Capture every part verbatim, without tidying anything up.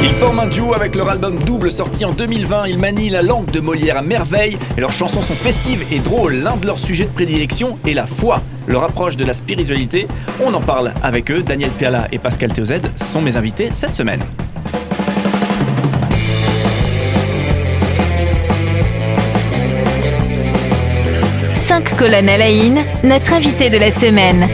Ils forment un duo avec leur album Double sorti en deux mille vingt. Ils manient la langue de Molière à merveille et leurs chansons sont festives et drôles. L'un de leurs sujets de prédilection est la foi, leur approche de la spiritualité. On en parle avec eux. Daniel Piala et Pascal Théozède sont mes invités cette semaine. cinq colonnes à la une, notre invité de la semaine.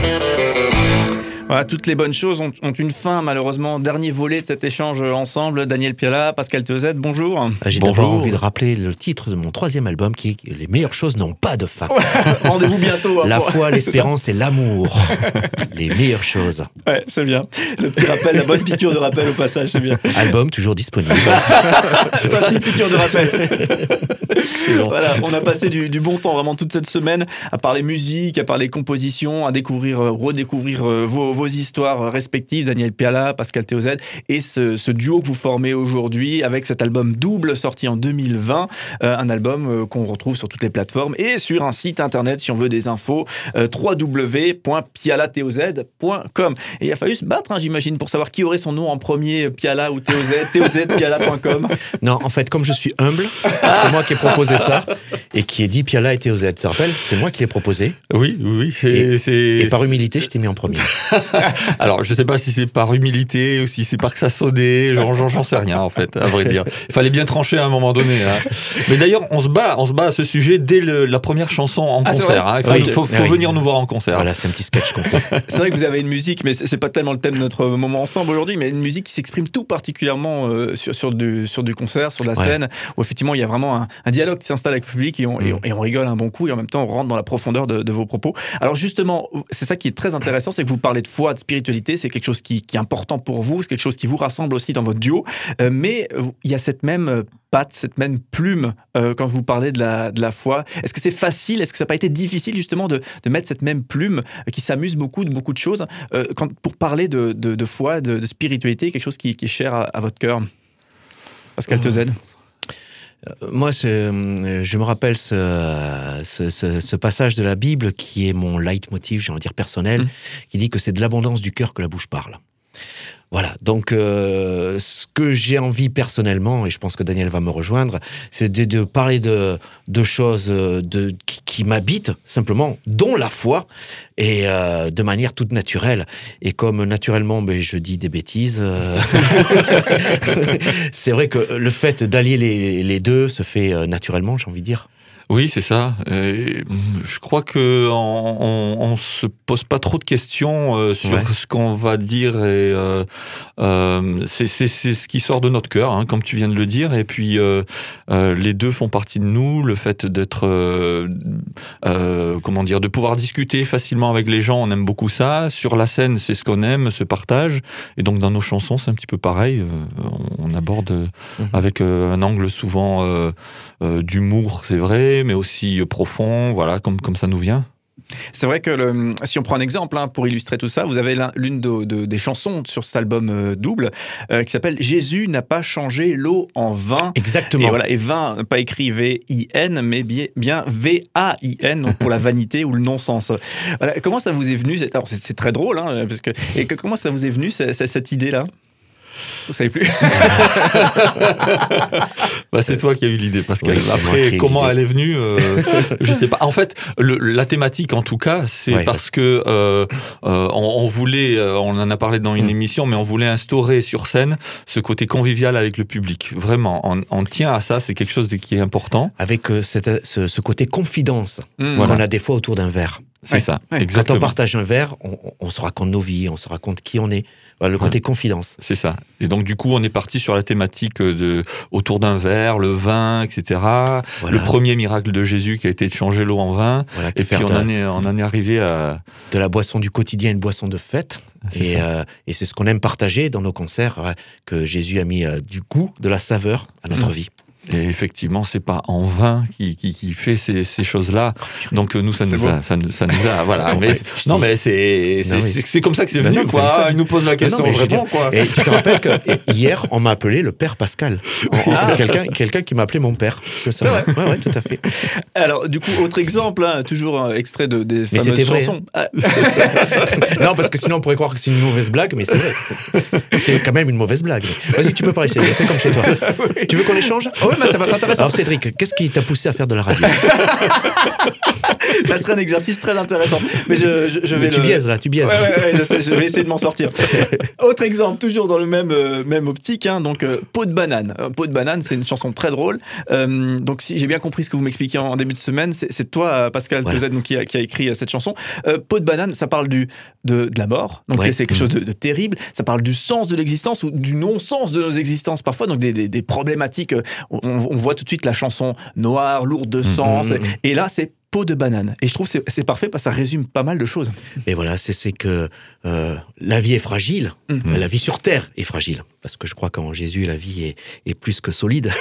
Voilà, toutes les bonnes choses ont, ont une fin, malheureusement. Dernier volet de cet échange ensemble. Daniel Piala, Pascal Théozède, bonjour. J'ai bonjour. d'abord envie de rappeler le titre de mon troisième album qui est « Les meilleures choses n'ont pas de fin ». Rendez-vous bientôt. Hein, la pour... foi, l'espérance et l'amour. Les meilleures choses. Ouais, c'est bien. Le petit rappel, la bonne piqûre de rappel au passage, c'est bien. Album toujours disponible. Ça, c'est une piqûre de rappel. Excellent. Voilà, on a passé du, du bon temps vraiment toute cette semaine à parler musique, à parler composition, à découvrir, redécouvrir vos, vos histoires respectives, Daniel Piala, Pascal Théozède, et ce, ce duo que vous formez aujourd'hui avec cet album Double sorti en deux mille vingt, euh, un album euh, qu'on retrouve sur toutes les plateformes et sur un site internet si on veut des infos, euh, w w w point piala théozède point com. Et il a fallu se battre, hein, j'imagine, pour savoir qui aurait son nom en premier, Piala ou Théozède, théozède piala point com. Non, en fait, comme je suis humble, c'est moi qui ai proposé ça et qui ai dit Piala et Théozède. Tu te rappelles ? C'est moi qui l'ai proposé. Oui, oui. Et, et, c'est... et par humilité, je t'ai mis en premier. Alors, je sais pas si c'est par humilité ou si c'est par que ça sonnait, j'en, j'en, j'en sais rien en fait, à vrai dire. Il fallait bien trancher à un moment donné. Hein. Mais d'ailleurs, on se bat, on se bat à ce sujet dès le, la première chanson en ah, concert. Hein. Il faut, oui. faut, faut oui. venir nous voir en concert. Voilà, c'est un petit sketch qu'on fait. C'est vrai que vous avez une musique, mais c'est, c'est pas tellement le thème de notre moment ensemble aujourd'hui, mais une musique qui s'exprime tout particulièrement euh, sur, sur, du, sur du concert, sur de la ouais. scène, où effectivement il y a vraiment un, un dialogue qui s'installe avec le public et on, mmh. et, on, et on rigole un bon coup et en même temps on rentre dans la profondeur de, de vos propos. Alors justement, c'est ça qui est très intéressant, c'est que vous parlez de foi, de spiritualité, c'est quelque chose qui, qui est important pour vous, c'est quelque chose qui vous rassemble aussi dans votre duo, euh, mais il y a cette même patte, cette même plume euh, quand vous parlez de la, de la foi. Est-ce que c'est facile, est-ce que ça n'a pas été difficile justement de, de mettre cette même plume euh, qui s'amuse beaucoup de beaucoup de choses euh, quand, pour parler de, de, de foi, de, de spiritualité, quelque chose qui, qui est cher à, à votre cœur? Pascal Théozède. Moi, c'est, je me rappelle ce, ce, ce, ce passage de la Bible qui est mon leitmotiv, j'ai envie de dire personnel, mmh. qui dit que c'est de l'abondance du cœur que la bouche parle. Voilà, donc euh, ce que j'ai envie personnellement, et je pense que Daniel va me rejoindre, c'est de, de parler de, de choses de, qui, qui m'habitent, simplement, dont la foi, et euh, de manière toute naturelle. Et comme naturellement, ben, je dis des bêtises, euh... c'est vrai que le fait d'allier les, les deux se fait euh, naturellement, j'ai envie de dire. Oui, c'est ça. Et je crois que on, on, on se pose pas trop de questions euh, sur ouais. ce qu'on va dire et euh, euh, c'est, c'est, c'est ce qui sort de notre cœur, hein, comme tu viens de le dire. Et puis euh, euh, les deux font partie de nous. Le fait d'être, euh, euh, comment dire, de pouvoir discuter facilement avec les gens, on aime beaucoup ça. Sur la scène, c'est ce qu'on aime, ce partage. Et donc dans nos chansons, c'est un petit peu pareil. Euh, on, on aborde mmh. avec euh, un angle souvent euh, euh, d'humour, c'est vrai, mais aussi profond, voilà, comme, comme ça nous vient. C'est vrai que le, si on prend un exemple hein, pour illustrer tout ça, vous avez l'une de, de, des chansons sur cet album euh, double euh, qui s'appelle « Jésus n'a pas changé l'eau en vin ». Exactement. Et, voilà, et vin, pas écrit V I N, mais bien, bien V A I N, donc pour la vanité ou le non-sens. Voilà, comment ça vous est venu alors c'est, c'est très drôle, hein, parce que, et que, comment ça vous est venu cette, cette idée-là ? Vous savez plus. Bah, c'est toi qui as eu l'idée, Pascal. Oui, après, comment elle est venue, euh, je sais pas. En fait, le, la thématique, en tout cas, c'est ouais. parce que euh, euh, on, on voulait, euh, on en a parlé dans une mmh. émission, mais on voulait instaurer sur scène ce côté convivial avec le public. Vraiment, on, on tient à ça. C'est quelque chose de, qui est important. Avec euh, cette, ce, ce côté confidence mmh. voilà. qu'on a des fois autour d'un verre. C'est ouais. ça. Ouais. Exactement. Quand on partage un verre, on, on se raconte nos vies, on se raconte qui on est. Voilà, le côté ouais. confidence. C'est ça. Et donc, du coup, on est parti sur la thématique de, autour d'un verre, le vin, et cetera. Voilà. Le premier miracle de Jésus qui a été de changer l'eau en vin. Voilà, et puis, on, de, en est, on en est arrivé à... De la boisson du quotidien, une boisson de fête. Et, euh, et c'est ce qu'on aime partager dans nos concerts, ouais, que Jésus a mis euh, du goût, de la saveur à notre mmh. vie. Et effectivement, c'est pas en vain qui, qui, qui fait ces, ces choses-là. Donc nous, ça nous, bon. a, ça, ça nous a, voilà. mais, non, mais c'est, c'est, c'est, c'est comme ça que c'est venu, non, quoi. Ça. Il nous pose la question, non, non, je réponds, quoi. Et tu te rappelles que hier, on m'a appelé le père Pascal. Ah. Quelqu'un, quelqu'un qui m'a appelé mon père. C'est ça. C'est vrai. Ouais, ouais, tout à fait. Alors, du coup, autre exemple, hein, toujours un extrait de, des mais fameuses vrai, chansons. Hein. Non, parce que sinon, on pourrait croire que c'est une mauvaise blague, mais c'est vrai. C'est quand même une mauvaise blague. Vas-y, tu peux pas essayer. Fais comme chez toi. Oui. Tu veux qu'on échange? Oh, oui, mais ça va t'intéresser. Alors, Cédric, qu'est-ce qui t'a poussé à faire de la radio? Ça serait un exercice très intéressant. Mais je, je, je vais mais tu le... biaises là, tu biaises. Ouais, ouais, ouais, je sais, je vais essayer de m'en sortir. Autre exemple, toujours dans le même, euh, même optique, hein, donc euh, Peau de banane. Euh, Peau de banane, c'est une chanson très drôle. Euh, donc si j'ai bien compris ce que vous m'expliquiez en, en début de semaine, c'est, c'est toi, Pascal voilà. Tezet, donc, qui, a, qui a écrit euh, cette chanson. Euh, Peau de banane, ça parle du, de, de la mort. Donc ouais. c'est, c'est quelque mmh. chose de, de terrible. Ça parle du sens de l'existence ou du non-sens de nos existences parfois. Donc des, des, des problématiques. On, on voit tout de suite la chanson noire, lourde de sens. Mmh, mmh. Et là, c'est Peau de banane. Et je trouve que c'est, c'est parfait parce que ça résume pas mal de choses. Et voilà, c'est, c'est que euh, la vie est fragile. Mmh. La vie sur Terre est fragile. Parce que je crois qu'en Jésus, la vie est, est plus que solide.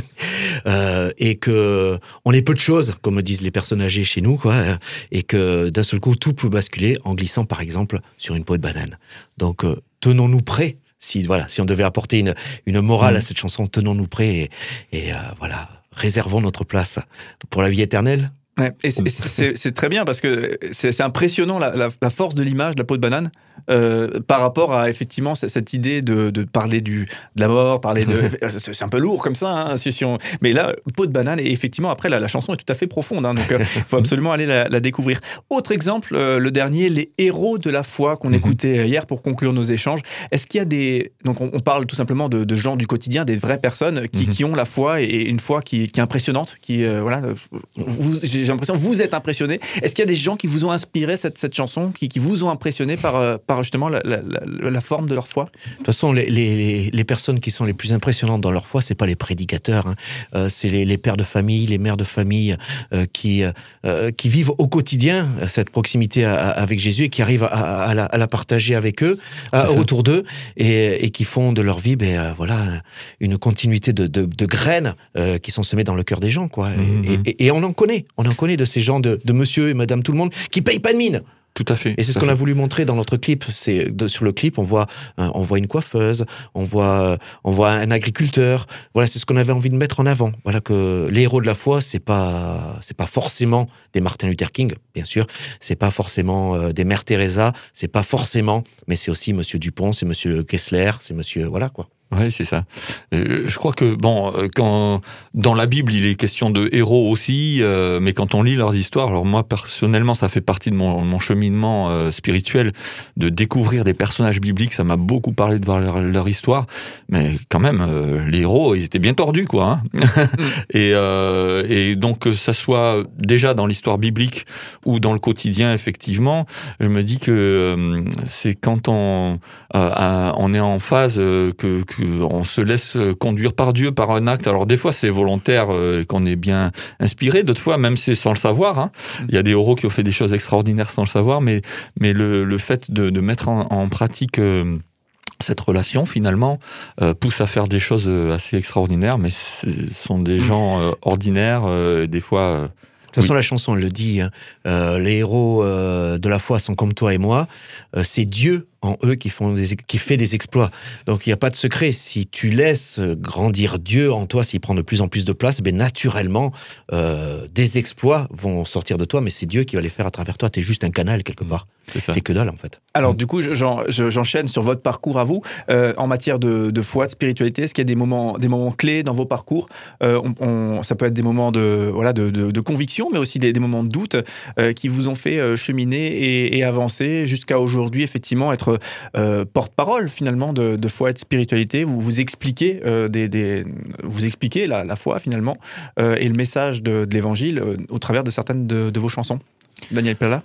euh, et que on est peu de choses, comme disent les personnes âgées chez nous, quoi. Et que d'un seul coup, tout peut basculer en glissant, par exemple, sur une peau de banane. Donc, euh, tenons-nous prêts. Si, voilà, si on devait apporter une, une morale mmh. à cette chanson, tenons-nous prêts et, et euh, voilà, réservons notre place pour la vie éternelle. Ouais, et c'est, c'est, c'est très bien parce que c'est, c'est impressionnant la, la, la force de l'image de la peau de banane euh, par rapport à effectivement cette idée de, de parler du, de la mort, parler de. C'est un peu lourd comme ça, hein, si, si on, mais là, peau de banane, et effectivement, après, la, la chanson est tout à fait profonde, hein, donc il euh, faut absolument aller la, la découvrir. Autre exemple, euh, le dernier, les héros de la foi qu'on écoutait hier pour conclure nos échanges. Est-ce qu'il y a des. Donc on, on parle tout simplement de, de gens du quotidien, des vraies personnes qui, qui ont la foi et une foi qui, qui est impressionnante, qui. Euh, voilà, vous, j'ai l'impression que vous êtes impressionné. Est-ce qu'il y a des gens qui vous ont inspiré cette, cette chanson, qui, qui vous ont impressionné par, euh, par justement la, la, la, la forme de leur foi? De toute façon, les, les, les personnes qui sont les plus impressionnantes dans leur foi, c'est pas les prédicateurs, hein. euh, c'est les, les pères de famille, les mères de famille euh, qui, euh, qui vivent au quotidien cette proximité à, à, avec Jésus et qui arrivent à, à, à, la, à la partager avec eux, à, autour d'eux, et, et qui font de leur vie, ben, euh, voilà, une continuité de, de, de graines euh, qui sont semées dans le cœur des gens, quoi. Mm-hmm. Et, et, et on en connaît, on en connaît de ces gens de, de monsieur et madame tout le monde qui payent pas de mine. Tout à fait. Et c'est ce qu'on a voulu montrer dans notre clip. C'est de, sur le clip, on voit, un, on voit une coiffeuse, on voit, on voit un agriculteur. Voilà, c'est ce qu'on avait envie de mettre en avant. Voilà que les héros de la foi, c'est pas, c'est pas forcément des Martin Luther King, bien sûr. C'est pas forcément euh, des Mères Teresa. C'est pas forcément, mais c'est aussi Monsieur Dupont, c'est Monsieur Kessler, c'est Monsieur, voilà quoi. Oui, c'est ça. Euh, je crois que, bon, quand, dans la Bible, il est question de héros aussi, euh, mais quand on lit leurs histoires, alors moi, personnellement, ça fait partie de mon, mon cheminement euh, spirituel, de découvrir des personnages bibliques, ça m'a beaucoup parlé de voir leur, leur histoire, mais quand même, euh, les héros, ils étaient bien tordus, quoi. Hein. et, euh, et donc, que ça soit déjà dans l'histoire biblique ou dans le quotidien, effectivement, je me dis que euh, c'est quand on, euh, on est en phase euh, que, que on se laisse conduire par Dieu, par un acte. Alors des fois c'est volontaire, euh, qu'on est bien inspiré, d'autres fois même c'est sans le savoir. Hein. Il y a des héros qui ont fait des choses extraordinaires sans le savoir, mais, mais le, le fait de, de mettre en, en pratique euh, cette relation, finalement, euh, pousse à faire des choses assez extraordinaires, mais ce sont des gens euh, ordinaires, euh, des fois... Euh, De toute façon, oui. La chanson le dit, hein, euh, les héros euh, de la foi sont comme toi et moi, euh, c'est Dieu en eux qui, font des, qui fait des exploits. Donc il n'y a pas de secret. Si tu laisses grandir Dieu en toi, s'il prend de plus en plus de place, ben, naturellement, euh, des exploits vont sortir de toi, mais c'est Dieu qui va les faire à travers toi. Tu es juste un canal quelque part. C'est ça. T'es que dalle en fait. Alors du coup, j'en, j'enchaîne sur votre parcours à vous. Euh, en matière de, de foi, de spiritualité, est-ce qu'il y a des moments, des moments clés dans vos parcours? euh, on, on, Ça peut être des moments de, voilà, de, de, de conviction, mais aussi des, des moments de doute euh, qui vous ont fait euh, cheminer et, et avancer jusqu'à aujourd'hui, effectivement, être euh, porte-parole finalement de, de foi et de spiritualité. Vous vous expliquez, euh, des, des, vous expliquez la, la foi finalement euh, et le message de, de l'évangile euh, au travers de certaines de, de vos chansons. Daniel Perla.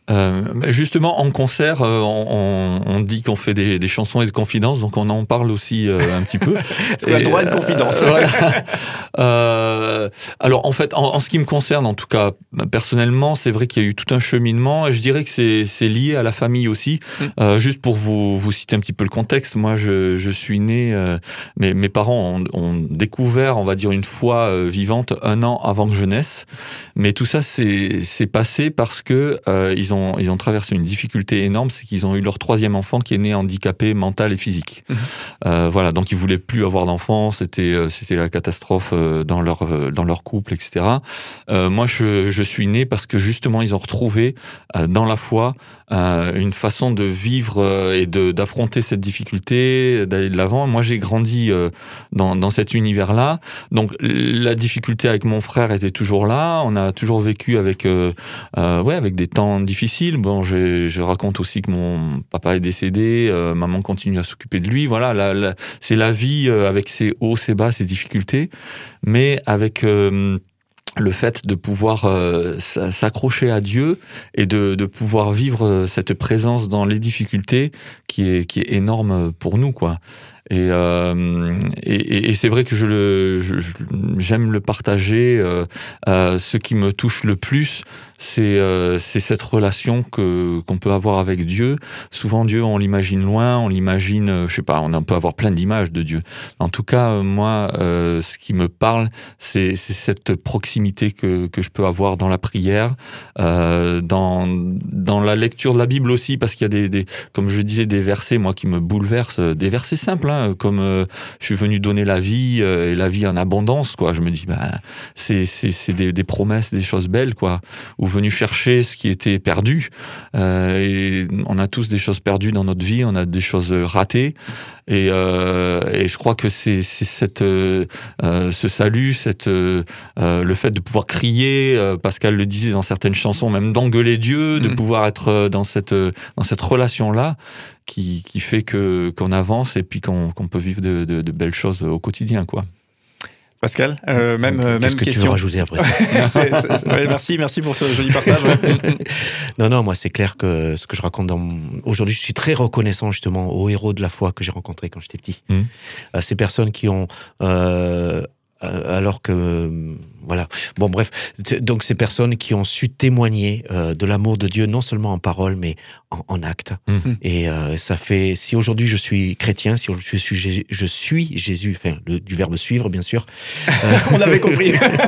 Euh, justement, en concert, euh, on, on dit qu'on fait des, des chansons et de confidences, donc on en parle aussi euh, un petit peu. Parce qu'on a le droit à une confidence. Euh, voilà. euh, alors, en fait, en, en ce qui me concerne, en tout cas, personnellement, c'est vrai qu'il y a eu tout un cheminement, et je dirais que c'est, c'est lié à la famille aussi. Mmh. Euh, juste pour vous, vous citer un petit peu le contexte, moi, je, je suis né, euh, mes, mes parents ont, ont découvert, on va dire, une foi euh, vivante un an avant que je naisse, mais tout ça, c'est, c'est passé parce que euh, ils ont Ont, ils ont traversé une difficulté énorme, c'est qu'ils ont eu leur troisième enfant qui est né handicapé mental et physique. Mmh. Euh, voilà, donc ils voulaient plus avoir d'enfants, c'était euh, c'était la catastrophe euh, dans leur euh, dans leur couple, et cetera. Euh, moi, je je suis né parce que justement ils ont retrouvé euh, dans la foi euh, une façon de vivre euh, et de d'affronter cette difficulté, d'aller de l'avant. Moi, j'ai grandi euh, dans dans cet univers-là, donc la difficulté avec mon frère était toujours là. On a toujours vécu avec euh, euh, ouais avec des temps difficiles. Bon, je, je raconte aussi que mon papa est décédé, euh, maman continue à s'occuper de lui. Voilà, la, la, c'est la vie euh, avec ses hauts, ses bas, ses difficultés, mais avec euh, le fait de pouvoir euh, s'accrocher à Dieu et de, de pouvoir vivre cette présence dans les difficultés qui est, qui est énorme pour nous, quoi. Et, euh, et, et c'est vrai que je le, je, j'aime le partager. Euh, euh, ce qui me touche le plus, c'est, euh, c'est cette relation que qu'on peut avoir avec Dieu. Souvent, Dieu, on l'imagine loin, on l'imagine, euh, je sais pas, on peut avoir plein d'images de Dieu. En tout cas, euh, moi, euh, ce qui me parle, c'est, c'est cette proximité que que je peux avoir dans la prière, euh, dans dans la lecture de la Bible aussi, parce qu'il y a des, des comme je disais, des versets, moi, qui me bouleversent, des versets simples. Hein, comme euh, je suis venu donner la vie euh, et la vie en abondance, quoi. Je me dis, bah, c'est c'est c'est des, des promesses, des choses belles, quoi. Ou venu chercher ce qui était perdu. Euh, et on a tous des choses perdues dans notre vie, on a des choses ratées. Et, euh, et je crois que c'est, c'est cette, euh, ce salut, cette, euh, le fait de pouvoir crier, euh, Pascal le disait dans certaines chansons, même d'engueuler Dieu, de mmh. pouvoir être dans cette, dans cette relation-là, qui, qui fait que, qu'on avance et puis qu'on, qu'on peut vivre de, de, de belles choses au quotidien, quoi. Pascal, euh, même, Qu'est-ce même que question. Tu veux rajouter après ça c'est, c'est, ouais, merci, merci pour ce joli partage. non, non, moi c'est clair que ce que je raconte dans mon... aujourd'hui, je suis très reconnaissant justement aux héros de la foi que j'ai rencontrés quand j'étais petit. Mmh. À ces personnes qui ont euh, alors que euh, voilà, bon bref, donc ces personnes qui ont su témoigner euh, de l'amour de Dieu non seulement en parole mais en, en acte. Mmh. Et euh, ça fait, si aujourd'hui je suis chrétien, si je suis, je suis Jésus, enfin le, du verbe suivre bien sûr, euh, on l'avait compris.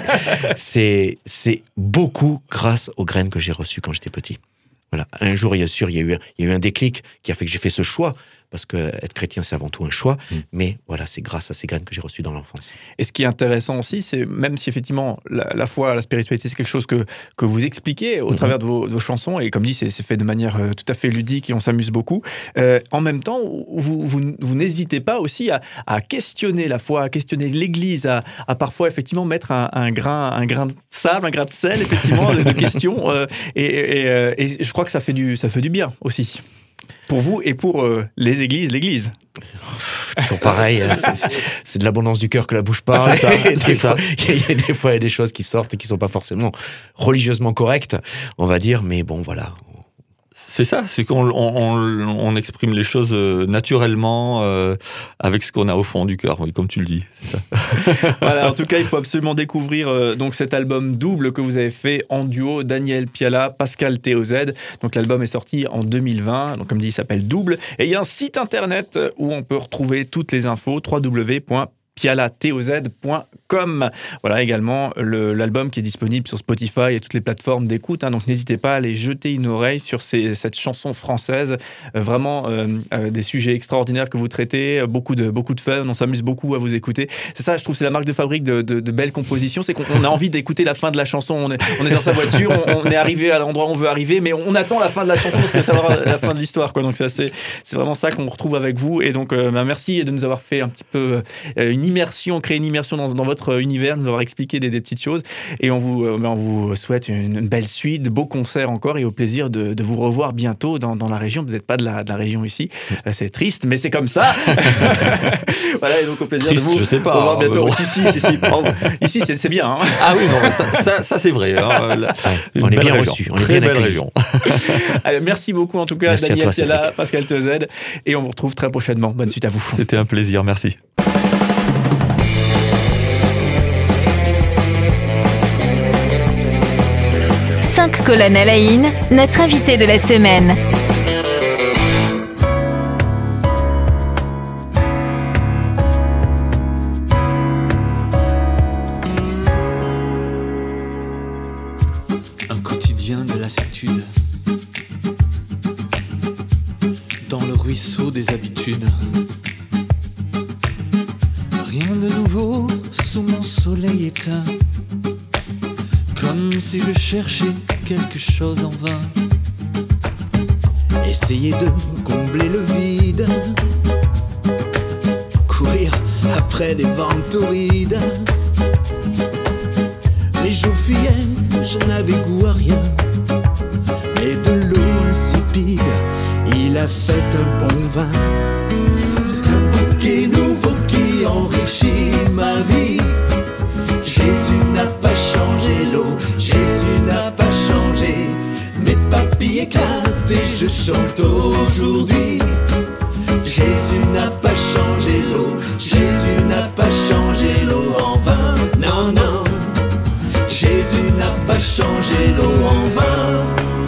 c'est c'est beaucoup grâce aux graines que j'ai reçues quand j'étais petit. Voilà, un jour, il y a sûr, il y a eu, il y a eu un déclic qui a fait que j'ai fait ce choix, parce que être chrétien, c'est avant tout un choix. Mmh. Mais voilà, c'est grâce à ces graines que j'ai reçues dans l'enfance. Et ce qui est intéressant aussi, c'est même si effectivement la, la foi, la spiritualité, c'est quelque chose que que vous expliquez au mmh. travers de vos, de vos chansons, et comme dit, c'est, c'est fait de manière euh, tout à fait ludique et on s'amuse beaucoup. Euh, en même temps, vous, vous, vous n'hésitez pas aussi à, à questionner la foi, à questionner l'Église, à, à parfois effectivement mettre un, un grain, un grain de sable, un grain de sel, effectivement, de, de questions. Euh, et, et, et, et je crois que ça fait du, ça fait du bien aussi. Pour vous et pour euh, les églises, l'église. Toujours pareil, c'est, c'est de l'abondance du cœur que la bouche parle. C'est ça, c'est ça. Il y a des fois il y a des choses qui sortent et qui ne sont pas forcément religieusement correctes, on va dire, mais bon, voilà. C'est ça, c'est qu'on on, on, on exprime les choses naturellement euh, avec ce qu'on a au fond du cœur, oui, comme tu le dis, c'est ça. Voilà, en tout cas, il faut absolument découvrir euh, donc cet album double que vous avez fait en duo, Daniel Piala, Pascal T O Z. Donc l'album est sorti en deux mille vingt, donc comme dit, il s'appelle Double. Et il y a un site internet où on peut retrouver toutes les infos, w w w point piala t o z point com. Voilà également le, l'album qui est disponible sur Spotify et toutes les plateformes d'écoute. Hein, donc n'hésitez pas à aller jeter une oreille sur ces, cette chanson française. Euh, vraiment euh, euh, des sujets extraordinaires que vous traitez, beaucoup de, beaucoup de fun, on s'amuse beaucoup à vous écouter. C'est ça, je trouve, c'est la marque de fabrique de, de, de belles compositions. C'est qu'on on a envie d'écouter la fin de la chanson. On est, on est dans sa voiture, on, on est arrivé à l'endroit où on veut arriver, mais on attend la fin de la chanson parce que ça va la fin de l'histoire, quoi. Donc ça, c'est, c'est vraiment ça qu'on retrouve avec vous. Et donc euh, bah, merci de nous avoir fait un petit peu euh, une immersion, créer une immersion dans, dans votre votre univers, nous avoir expliqué des, des petites choses. Et on vous, euh, on vous souhaite une, une belle suite, de beaux concerts encore et au plaisir de, de vous revoir bientôt dans, dans la région. Vous n'êtes pas de la, de la région ici. Euh, c'est triste, mais c'est comme ça. Voilà, et donc au plaisir triste, de vous je sais pas, revoir hein, bientôt. bon. Si, si, si, si. Oh, ici, c'est, c'est bien. Hein. Ah oui, non, ça, ça, ça c'est vrai. Hein. La, ouais, on est bien reçus. On est Très bien belle accueillis. région. Allez, merci beaucoup en tout cas, Merci Daniel à toi, Piala, Cédric. Pascal Tezed. Et on vous retrouve très prochainement. Bonne suite à vous. C'était un plaisir, merci. cinq colonnes à la in, notre invité de la semaine. Un quotidien de lassitude dans le ruisseau des habitudes. Rien de nouveau sous mon soleil éteint, comme si je cherchais quelque chose en vain. Essayer de combler le vide, courir après des vents torrides. Les jours fuyaient, je n'avais goût à rien, mais de l'eau insipide, il a fait un bon vin. C'est un bouquet nouveau qui enrichit ma vie. Jésus n'a pas changé l'eau, Jésus n'a pas changé. Mes papilles éclatent et je chante aujourd'hui. Jésus n'a pas changé l'eau, Jésus n'a pas changé l'eau en vin. Non, non, Jésus n'a pas changé l'eau en vin.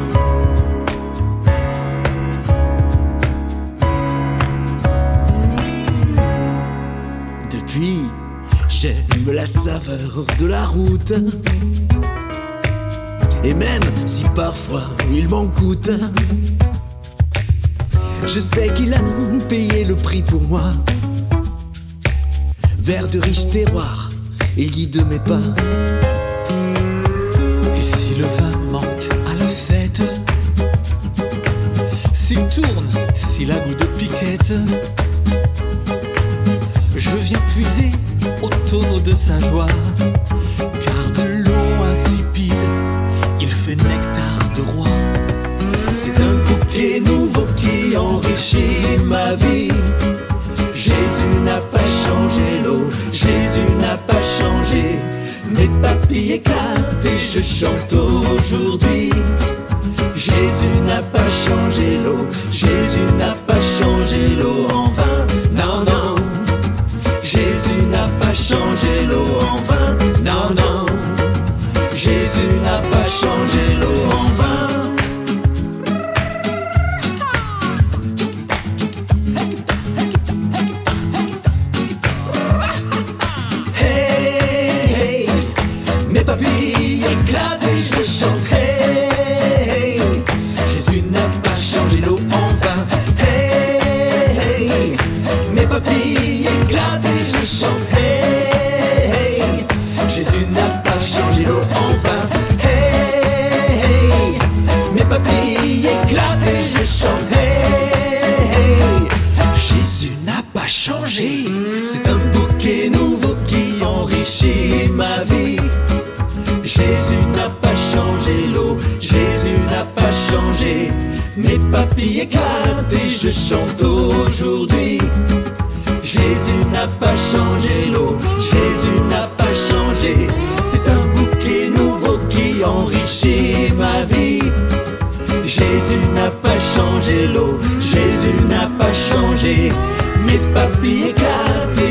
Depuis, j'aime la saveur de la route. Et même si parfois il m'en coûte, je sais qu'il a payé le prix pour moi. Vers de riches terroirs, il guide mes pas. Et si le vin manque à la fête, s'il tourne, s'il a goût de piquette, je viens puiser au tonneau de sa joie. Car de l'eau insipide, il fait nectar de roi. C'est un bouquet nouveau qui enrichit ma vie. Jésus n'a pas changé l'eau, Jésus n'a pas changé. Mes papilles éclatent et je chante aujourd'hui. Jésus n'a pas changé l'eau, Jésus n'a pas changé l'eau en vin. Non, non, Jésus n'a pas changé l'eau en vin. Non, non, Jésus n'a pas changé l'eau en vin. Hey, hey, mes papilles éclatent et je chante. Hey, hey, Jésus n'a pas changé l'eau en vin. Hey, hey, mes papilles éclatent et je chante. Hey, hey, Jésus n'a pas changé l'eau en vin. Hey, hey, mes papilles éclatent et je chante. Hey, hey, Jésus n'a pas changé. C'est un bouquet nouveau qui enrichit ma vie. Jésus n'a pas changé l'eau, Jésus n'a pas changé. Mes papilles éclatent et je chante aujourd'hui. Jésus n'a pas changé l'eau, Jésus n'a pas changé. C'est un bouquet nouveau qui enrichit ma vie. Jésus n'a pas changé l'eau, Jésus n'a pas changé. Mes papilles éclatent